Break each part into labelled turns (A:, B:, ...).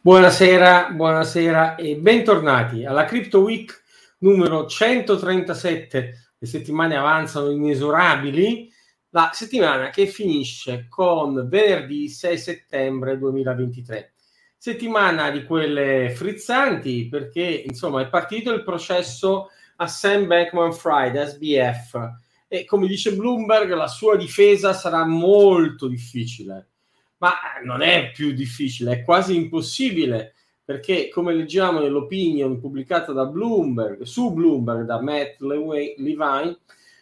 A: Buonasera e bentornati alla Crypto Week numero 137. Le settimane avanzano inesorabili, la settimana che finisce con venerdì 6 settembre 2023. Settimana di quelle frizzanti perché insomma è partito il processo a Sam Bankman-Fried, SBF, e come dice Bloomberg la sua difesa sarà molto difficile. Ma non è più difficile, è quasi impossibile, perché come leggiamo nell'opinion pubblicata da Bloomberg, su Bloomberg da Matt Levine,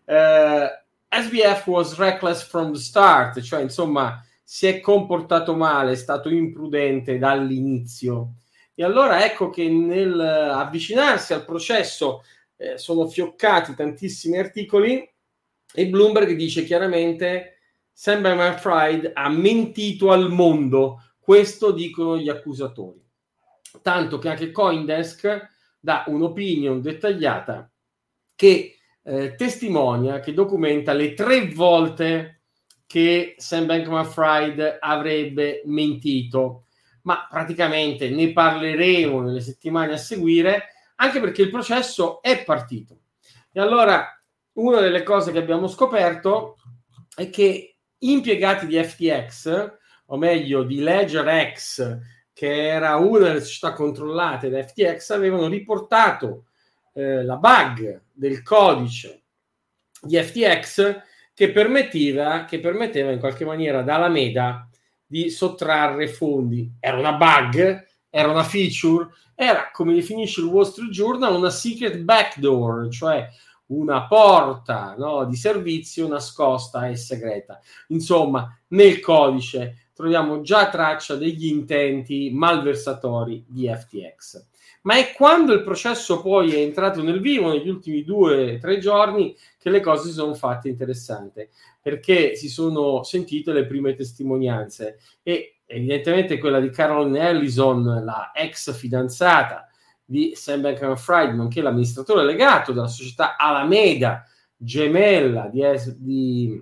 A: SBF was reckless from the start, cioè insomma si è comportato male, è stato imprudente dall'inizio. E allora ecco che nel avvicinarsi al processo sono fioccati tantissimi articoli e Bloomberg dice chiaramente Sam Bankman-Fried ha mentito al mondo, questo dicono gli accusatori. Tanto che anche CoinDesk dà un'opinion dettagliata che testimonia, che documenta le 3 volte che Sam Bankman-Fried avrebbe mentito. Ma praticamente ne parleremo nelle settimane a seguire, anche perché il processo è partito. E allora una delle cose che abbiamo scoperto è che impiegati di FTX, o meglio di LedgerX, che era una delle società controllate da FTX, avevano riportato la bug del codice di FTX che permetteva in qualche maniera ad Alameda di sottrarre fondi. Era una bug, era una feature, era, come definisce il Wall Street Journal, una secret backdoor, cioè una porta, no, di servizio nascosta e segreta. Insomma, nel codice troviamo già traccia degli intenti malversatori di FTX. Ma è quando il processo poi è entrato nel vivo, negli ultimi 2 o 3 giorni, che le cose si sono fatte interessanti, perché si sono sentite le prime testimonianze e evidentemente quella di Caroline Ellison, la ex fidanzata di Sam Bankman-Fried, nonché l'amministratore delegato della società Alameda, gemella di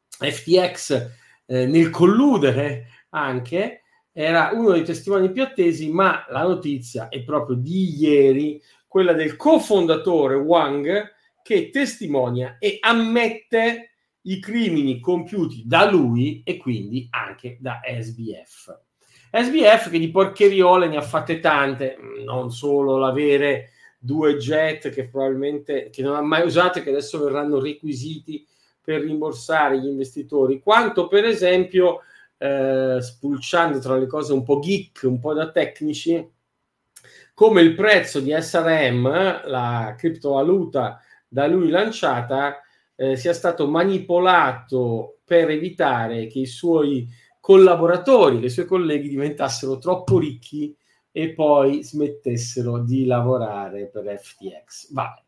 A: FTX, nel colludere anche, era uno dei testimoni più attesi, ma la notizia è proprio di ieri, quella del cofondatore Wang, che testimonia e ammette i crimini compiuti da lui e quindi anche da SBF. SBF che di porcheriole ne ha fatte tante, non solo l'avere 2 jet che probabilmente che non ha mai usato e che adesso verranno requisiti per rimborsare gli investitori, quanto per esempio spulciando tra le cose un po' geek, un po' da tecnici, come il prezzo di SRM, la criptovaluta da lui lanciata, sia stato manipolato per evitare che i suoi collaboratori, che i suoi colleghi diventassero troppo ricchi e poi smettessero di lavorare per FTX. Vabbè.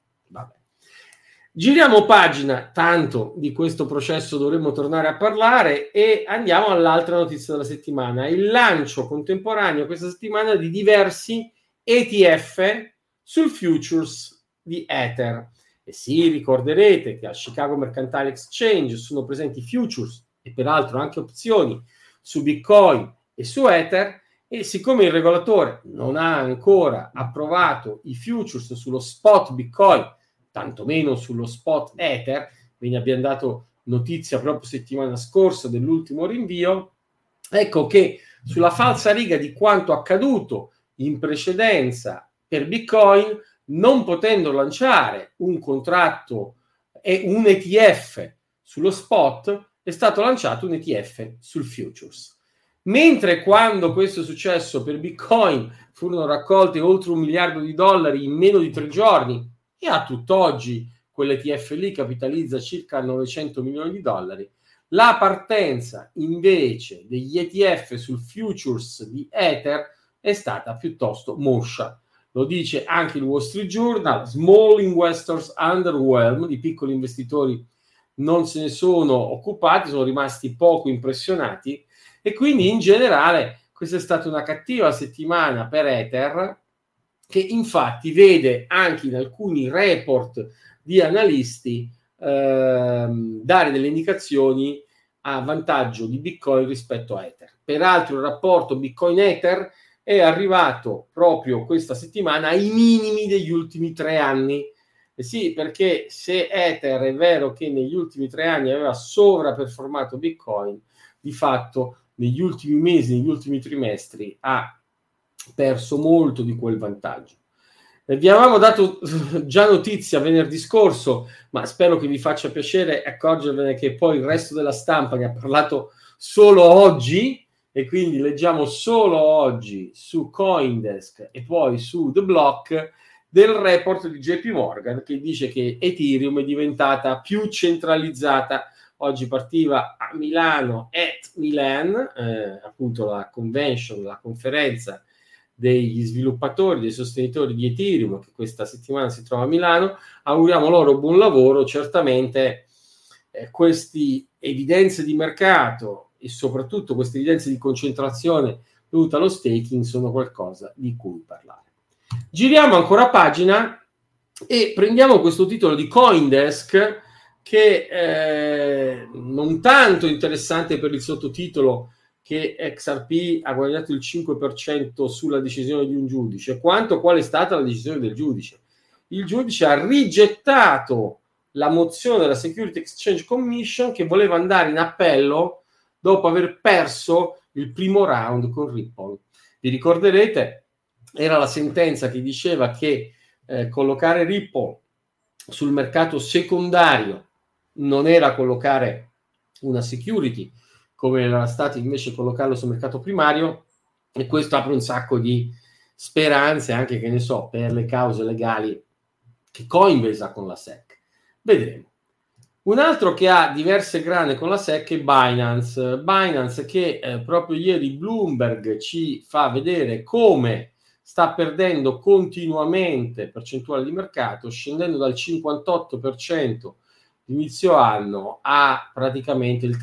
A: Giriamo pagina, tanto di questo processo dovremmo tornare a parlare e andiamo all'altra notizia della settimana, il lancio contemporaneo questa settimana di diversi ETF sul futures di Ether. E sì, ricorderete che al Chicago Mercantile Exchange sono presenti futures e peraltro anche opzioni su Bitcoin e su Ether, e siccome il regolatore non ha ancora approvato i futures sullo spot Bitcoin, tantomeno sullo spot Ether, ve ne abbiamo dato notizia proprio settimana scorsa dell'ultimo rinvio, ecco che sulla falsariga di quanto accaduto in precedenza per Bitcoin, non potendo lanciare un contratto e un ETF sullo spot, è stato lanciato un ETF sul futures. Mentre quando questo è successo per Bitcoin furono raccolti oltre $1 miliardo in meno di 3 giorni e a tutt'oggi quell'ETF lì capitalizza circa $900 milioni, la partenza invece degli ETF sul futures di Ether è stata piuttosto moscia. Lo dice anche il Wall Street Journal, small investors underwhelmed, i piccoli investitori non se ne sono occupati, sono rimasti poco impressionati e quindi in generale questa è stata una cattiva settimana per Ether, che infatti vede anche in alcuni report di analisti dare delle indicazioni a vantaggio di Bitcoin rispetto a Ether. Peraltro il rapporto Bitcoin-Ether è arrivato proprio questa settimana ai minimi degli ultimi 3 anni. Sì, perché se Ether è vero che negli ultimi 3 anni aveva sovraperformato Bitcoin, di fatto negli ultimi mesi, negli ultimi trimestri ha perso molto di quel vantaggio. Vi avevamo dato già notizia venerdì scorso, ma spero che vi faccia piacere accorgervene che poi il resto della stampa ne ha parlato solo oggi, e quindi leggiamo solo oggi su CoinDesk e poi su The Block del report di JP Morgan che dice che Ethereum è diventata più centralizzata. Oggi partiva a Milano, at Milan, appunto la convention, la conferenza degli sviluppatori, dei sostenitori di Ethereum, che questa settimana si trova a Milano. Auguriamo loro buon lavoro. Certamente queste evidenze di mercato e soprattutto queste evidenze di concentrazione dovute allo staking sono qualcosa di cui parlare. Giriamo ancora pagina e prendiamo questo titolo di CoinDesk che non tanto interessante per il sottotitolo che XRP ha guadagnato il 5% sulla decisione di un giudice, quanto qual è stata la decisione del giudice. Il giudice ha rigettato la mozione della Security Exchange Commission che voleva andare in appello dopo aver perso il primo round con Ripple. Vi ricorderete, era la sentenza che diceva che collocare Ripple sul mercato secondario non era collocare una security, come era stato invece collocarlo sul mercato primario, e questo apre un sacco di speranze anche, che ne so, per le cause legali che Coinbase ha con la SEC. Vedremo. Un altro che ha diverse grane con la SEC è Binance che proprio ieri Bloomberg ci fa vedere come sta perdendo continuamente percentuale di mercato, scendendo dal 58% inizio anno a praticamente il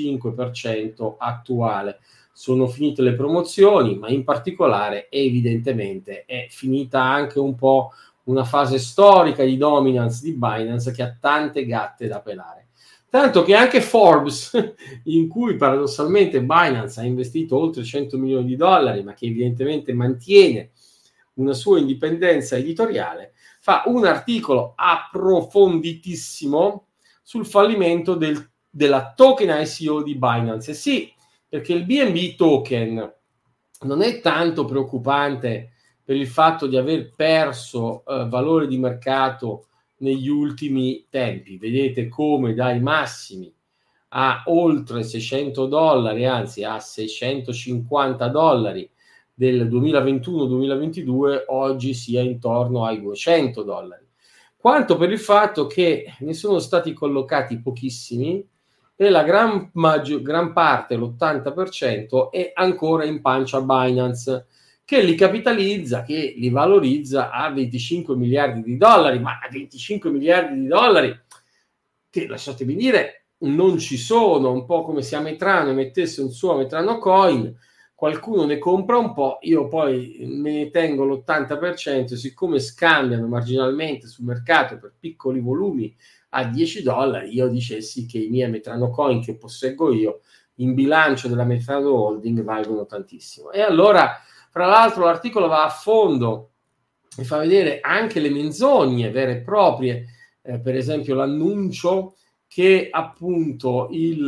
A: 35% attuale. Sono finite le promozioni, ma in particolare evidentemente è finita anche un po' una fase storica di dominance di Binance che ha tante gatte da pelare. Tanto che anche Forbes, in cui paradossalmente Binance ha investito oltre 100 milioni di dollari, ma che evidentemente mantiene una sua indipendenza editoriale, fa un articolo approfonditissimo sul fallimento della token ICO di Binance. Sì, perché il BNB token non è tanto preoccupante per il fatto di aver perso valore di mercato negli ultimi tempi. Vedete come dai massimi a oltre $600, anzi a $650 del 2021-2022, oggi sia intorno ai $200, quanto per il fatto che ne sono stati collocati pochissimi e la gran parte, l'80%, è ancora in pancia a Binance, che li capitalizza, che li valorizza a 25 miliardi di dollari, ma a 25 miliardi di dollari che, lasciatemi dire, non ci sono, un po' come se Ametrano mettesse un suo Ametrano coin, qualcuno ne compra un po', io poi me ne tengo l'80%, siccome scambiano marginalmente sul mercato per piccoli volumi a $10, io dicessi che i miei Ametrano coin che posseggo io in bilancio della Ametrano Holding valgono tantissimo. E allora, fra l'altro, l'articolo va a fondo e fa vedere anche le menzogne vere e proprie, per esempio l'annuncio che appunto il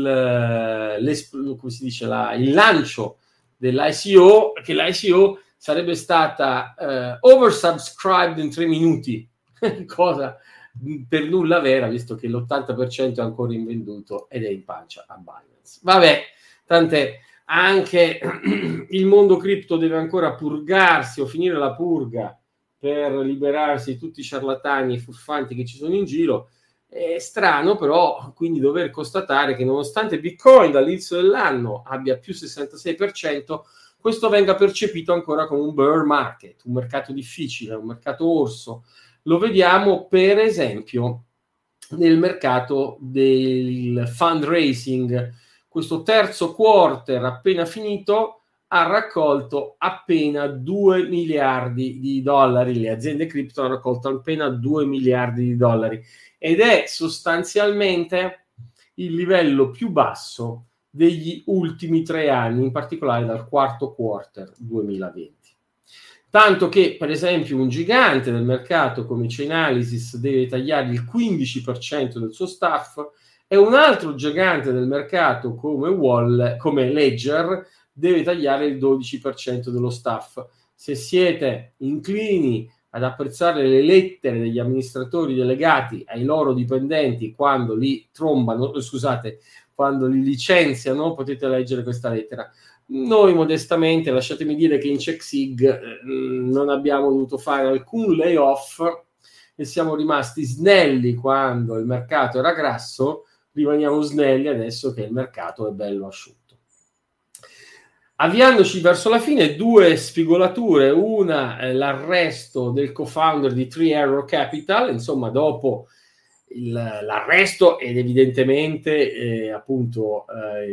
A: lancio dell'ICO, che l'ICO sarebbe stata oversubscribed in 3 minuti, cosa per nulla vera, visto che l'80% è ancora invenduto ed è in pancia a Binance. Vabbè, tant'è, anche il mondo cripto deve ancora purgarsi o finire la purga per liberarsi di tutti i ciarlatani e furfanti che ci sono in giro. È strano però quindi dover constatare che nonostante Bitcoin dall'inizio dell'anno abbia più 66%, questo venga percepito ancora come un bear market, un mercato difficile, un mercato orso. Lo vediamo per esempio nel mercato del fundraising. Questo terzo quarter appena finito ha raccolto appena 2 miliardi di dollari. Le aziende cripto hanno raccolto appena 2 miliardi di dollari ed è sostanzialmente il livello più basso degli ultimi 3 anni, in particolare dal quarto quarter 2020. Tanto che, per esempio, un gigante del mercato come Chainalysis deve tagliare il 15% del suo staff, e un altro gigante del mercato come Ledger deve tagliare il 12% dello staff. Se siete inclini ad apprezzare le lettere degli amministratori delegati ai loro dipendenti quando li quando li licenziano, potete leggere questa lettera. Noi modestamente, lasciatemi dire che in CheckSig non abbiamo dovuto fare alcun layoff e siamo rimasti snelli quando il mercato era grasso, rimaniamo snelli adesso che il mercato è bello asciutto. Avviandoci verso la fine, due sfigolature: una l'arresto del co-founder di Three Arrows Capital, insomma dopo l'arresto ed evidentemente appunto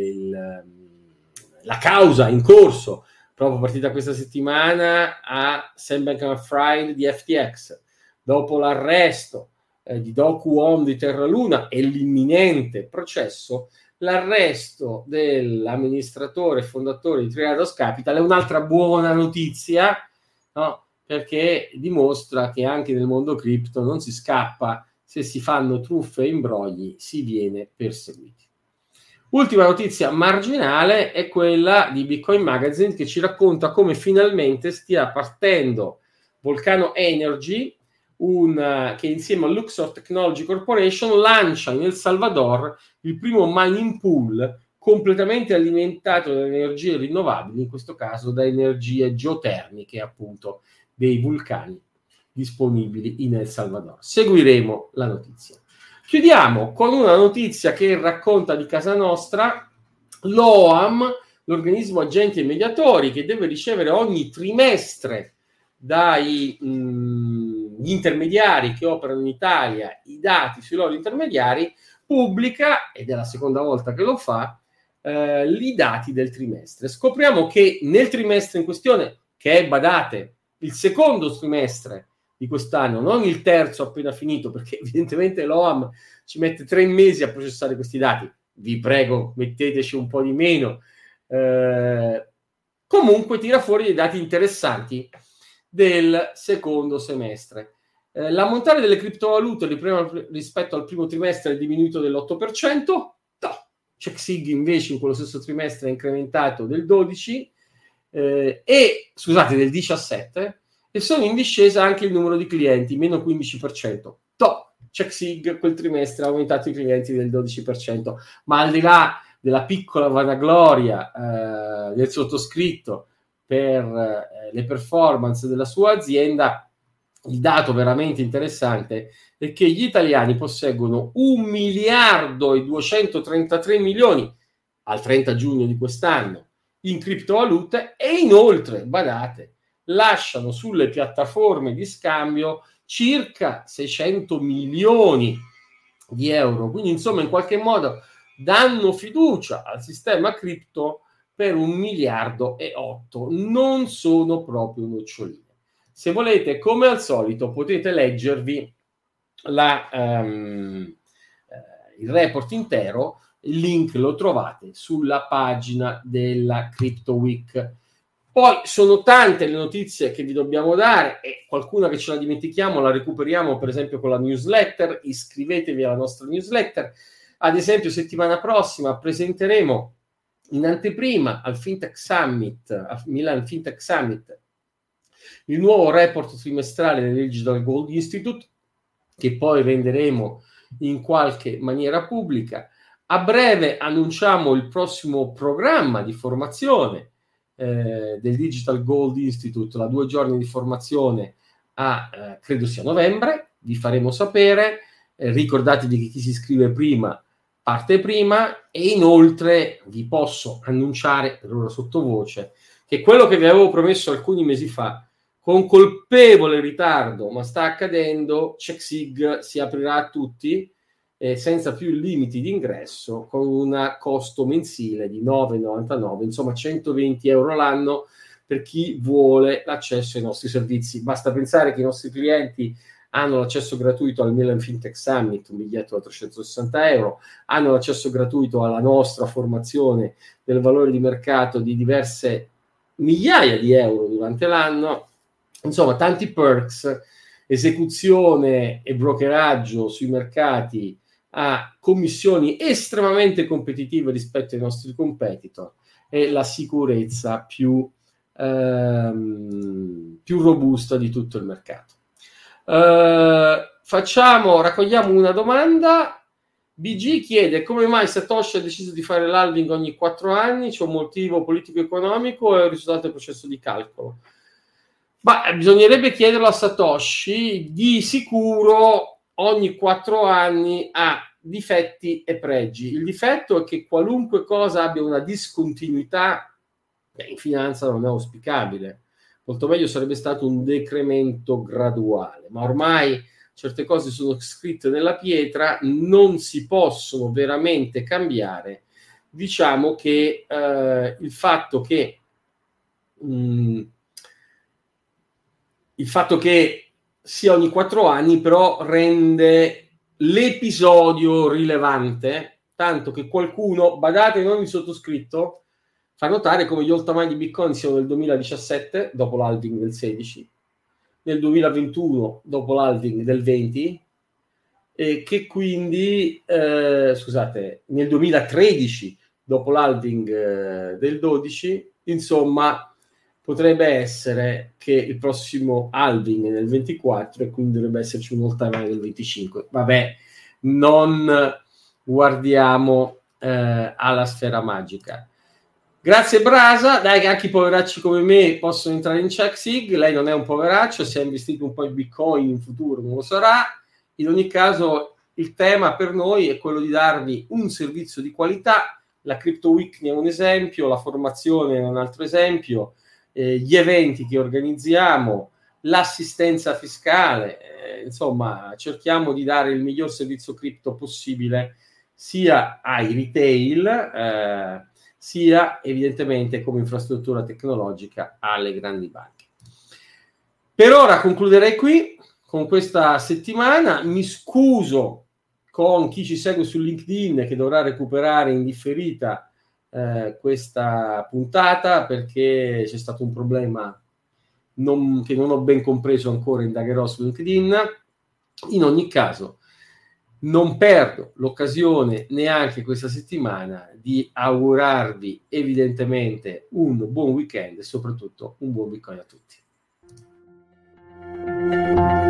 A: la causa in corso, proprio partita questa settimana, a Sam Bankman-Fried di FTX, dopo l'arresto di Do Kwon di Terra Luna e l'imminente processo, l'arresto dell'amministratore e fondatore di Three Arrows Capital è un'altra buona notizia, no? Perché dimostra che anche nel mondo cripto non si scappa, se si fanno truffe e imbrogli si viene perseguiti. Ultima notizia marginale è quella di Bitcoin Magazine, che ci racconta come finalmente stia partendo Volcano Energy, che insieme a Luxor Technology Corporation lancia in El Salvador il primo mining pool completamente alimentato da energie rinnovabili, in questo caso da energie geotermiche, appunto dei vulcani disponibili in El Salvador. Seguiremo la notizia. Chiudiamo con una notizia che racconta di casa nostra. L'OAM, l'organismo agenti e mediatori, che deve ricevere ogni trimestre dagli intermediari che operano in Italia i dati sui loro intermediari, pubblica, ed è la seconda volta che lo fa, i dati del trimestre. Scopriamo che nel trimestre in questione, che è, badate, il secondo trimestre di quest'anno, non il terzo appena finito, perché evidentemente l'OAM ci mette 3 mesi a processare questi dati. Vi prego, metteteci un po' di meno. Comunque tira fuori dei dati interessanti del secondo semestre. L'ammontare delle criptovalute rispetto al primo trimestre è diminuito dell'8%, CheckSig invece in quello stesso trimestre è incrementato del 12%, del 17%, e sono in discesa anche il numero di clienti, meno 15%. CheckSig quel trimestre ha aumentato i clienti del 12%, ma al di là della piccola vanagloria del sottoscritto per le performance della sua azienda, il dato veramente interessante è che gli italiani posseggono 1.233.000.000 al 30 giugno di quest'anno in criptovalute, e inoltre, badate, lasciano sulle piattaforme di scambio circa 600 milioni di euro. Quindi, insomma, in qualche modo danno fiducia al sistema cripto per 1,8 miliardi. Non sono proprio noccioline. Se volete, come al solito, potete leggervi il report intero. Il link lo trovate sulla pagina della Crypto Week. Poi sono tante le notizie che vi dobbiamo dare, e qualcuna che ce la dimentichiamo la recuperiamo per esempio con la newsletter. Iscrivetevi alla nostra newsletter. Ad esempio, settimana prossima presenteremo in anteprima al Fintech Summit, al Milan Fintech Summit, il nuovo report trimestrale del Digital Gold Institute, che poi renderemo in qualche maniera pubblica. A breve annunciamo il prossimo programma di formazione del Digital Gold Institute, la 2 giorni di formazione credo sia novembre, vi faremo sapere. Ricordatevi che chi si iscrive prima parte prima, e inoltre vi posso annunciare per ora sottovoce che quello che vi avevo promesso alcuni mesi fa, con colpevole ritardo, ma sta accadendo. CheckSig si aprirà a tutti senza più limiti di ingresso, con un costo mensile di 9,99, insomma 120 euro l'anno per chi vuole l'accesso ai nostri servizi. Basta pensare che i nostri clienti hanno l'accesso gratuito al Milan Fintech Summit, un biglietto da 360 euro, hanno l'accesso gratuito alla nostra formazione del valore di mercato di diverse migliaia di euro durante l'anno, insomma tanti perks, esecuzione e brokeraggio sui mercati a commissioni estremamente competitive rispetto ai nostri competitor e la sicurezza più robusta di tutto il mercato. Raccogliamo una domanda. BG chiede come mai Satoshi ha deciso di fare l'halving ogni 4 anni, c'è un motivo politico-economico o è un risultato del processo di calcolo? Bisognerebbe chiederlo a Satoshi. Di sicuro ogni 4 anni ha difetti e pregi. Il difetto è che qualunque cosa abbia una discontinuità in finanza non è auspicabile. Molto meglio sarebbe stato un decremento graduale, ma ormai certe cose sono scritte nella pietra, non si possono veramente cambiare. Diciamo che il fatto che sia ogni 4 anni però rende l'episodio rilevante, tanto che qualcuno, badate, non il sottoscritto, fa notare come gli all-time di Bitcoin siano nel 2017, dopo l'halving del 16, nel 2021, dopo l'halving del 20, e che quindi, nel 2013, dopo l'halving del 12, insomma, potrebbe essere che il prossimo halving è nel 24 e quindi dovrebbe esserci un all-time del 25. Vabbè, non guardiamo alla sfera magica. Grazie Brasa, dai, anche i poveracci come me possono entrare in CheckSig, lei non è un poveraccio, si è investito un po' in Bitcoin, in futuro non lo sarà. In ogni caso il tema per noi è quello di darvi un servizio di qualità. La Crypto Week ne è un esempio, la formazione è un altro esempio, gli eventi che organizziamo, l'assistenza fiscale, insomma cerchiamo di dare il miglior servizio cripto possibile sia ai retail sia evidentemente come infrastruttura tecnologica alle grandi banche. Per ora concluderei qui con questa settimana. Mi scuso con chi ci segue su LinkedIn che dovrà recuperare in differita questa puntata perché c'è stato un problema che non ho ben compreso ancora, indagherò su LinkedIn. In ogni caso non perdo l'occasione neanche questa settimana di augurarvi evidentemente un buon weekend e soprattutto un buon Bitcoin a tutti.